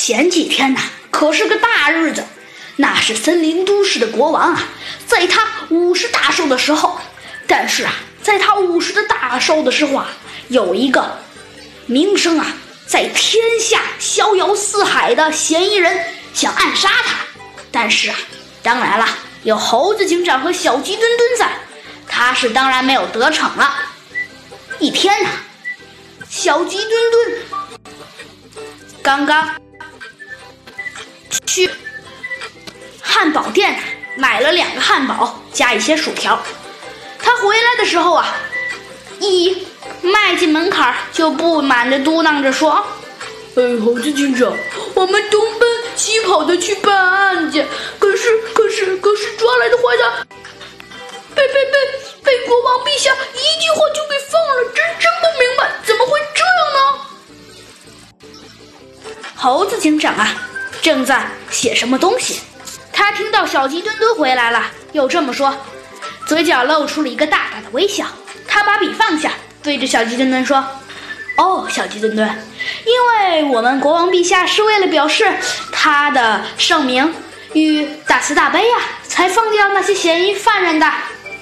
前几天呐，可是个大日子，那是森林都市的国王啊，在他50大寿的时候。但是啊，在他50大寿的时候啊，有一个名声啊在天下逍遥四海的嫌疑人想暗杀他。但是啊，当然了，有猴子警长和小鸡墩墩在，他是当然没有得逞了。一天呢，小鸡墩墩刚刚去汉堡店买了2个汉堡加一些薯条。他回来的时候啊，一迈进门槛就不满地嘟囔着说：“猴子警长，我们东奔西跑的去办案件，可是抓来的坏蛋被国王陛下一句话就给放了，真不明白怎么会这样呢？”猴子警长啊，正在写什么东西，他听到小鸡墩墩回来了，又这么说，嘴角露出了一个大大的微笑。他把笔放下，对着小鸡墩墩说：“哦，小鸡墩墩，因为我们国王陛下是为了表示他的圣明与大慈大悲啊，才放掉那些嫌疑犯人的。”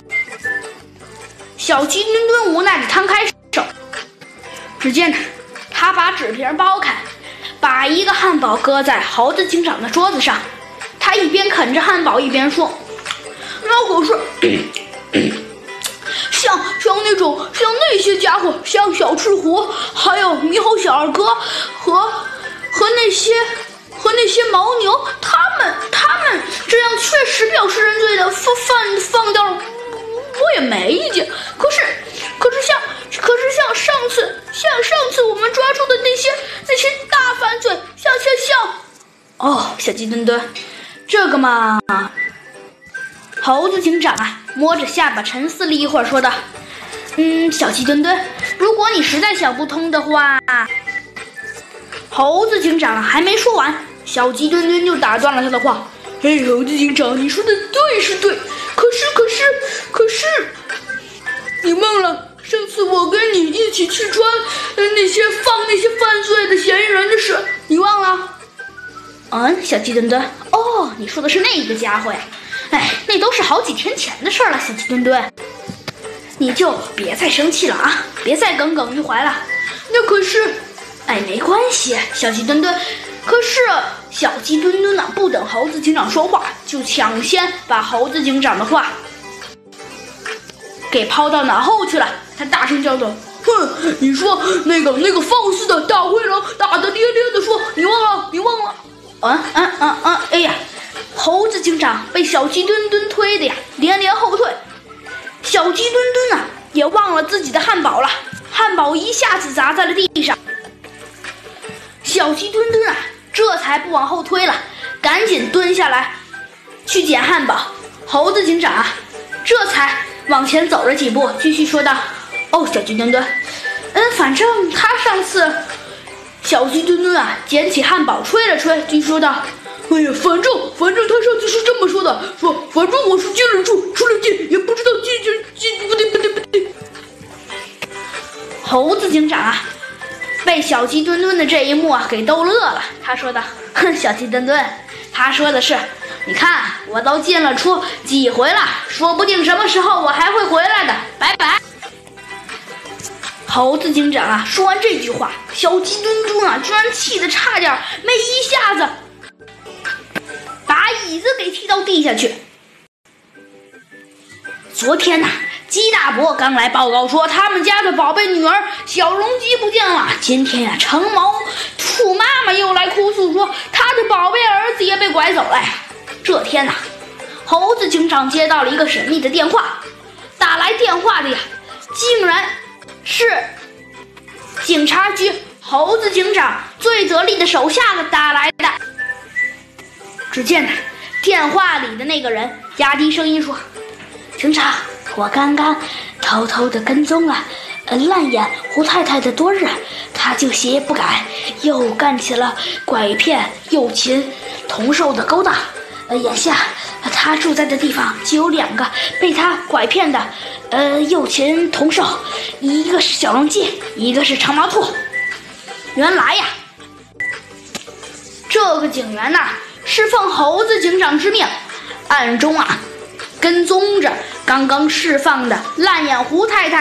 小鸡墩墩无奈地摊开手，只见他把纸皮剥开，把一个汉堡搁在猴子警长的桌子上。他一边啃着汉堡一边说：“那可是像那些家伙，像小赤狐，还有猕猴小二哥和那些牦牛，他们这样确实表示认罪的，放掉了，我也没意见。可是像上次我们抓住的那些大犯罪，像小鸡墩墩，这个嘛。”猴子警长啊，摸着下巴沉思了一会儿，说道：“小鸡墩墩，如果你实在想不通的话……”猴子警长还没说完，小鸡墩墩就打断了他的话：“嘿，猴子警长，你说的对是对，可是，你忘了上次我跟你一起去抓那些犯罪的嫌疑人的事，你忘了？”小鸡墩墩，哦，你说的是那一个家伙呀？哎，那都是好几天前的事了，小鸡墩墩，你就别再生气了啊，别再耿耿于怀了。那可是，没关系，小鸡墩墩。可是小鸡墩墩呢，不等猴子警长说话，就抢先把猴子警长的话给抛到脑后去了。他大声叫道：“哼，你说那个放肆的大灰狼大大咧咧的说，你忘了？哎呀！”猴子警长被小鸡墩墩推的呀，连连后退。小鸡墩墩呢，也忘了自己的汉堡了，汉堡一下子砸在了地上。小鸡墩墩啊，这才不往后推了，赶紧蹲下来去捡汉堡。猴子警长啊，这才往前走了几步，继续说道：“哦，小鸡墩墩，反正他上次……”小鸡墩墩啊，捡起汉堡吹了吹，继续说道：“哎呀，反正他上次是这么说的，说反正我是进了出了进，也不知道进不对。”猴子警长啊，被小鸡墩墩的这一幕啊给逗乐了。他说道：“哼，小鸡墩墩，他说的是，你看我都进了出几回了，说不定什么时候我还会回来的，拜拜。”猴子警长啊，说完这句话，小鸡墩墩啊，居然气得差点没一下子把椅子给踢到地下去。昨天呐，鸡大伯刚来报告说他们家的宝贝女儿小容鸡不见了。今天呀，橙毛兔妈妈又来哭诉说她的宝贝儿子也被拐走了。这天呐，猴子警长接到了一个神秘的电话，打来电话的呀，竟然是警察局猴子警长最得力的手下打来的。只见电话里的那个人压低声音说：“警长，我刚刚偷偷的跟踪了烂眼胡太太的多日，她就邪不改，又干起了拐骗诱擒同兽的勾当。眼下她住在的地方就有2个被她拐骗的诱擒同兽，一个是小龙鸡，一个是长毛兔。原来呀， 这个警员呐，是奉猴子警长之命，暗中跟踪着刚刚释放的烂眼胡太太。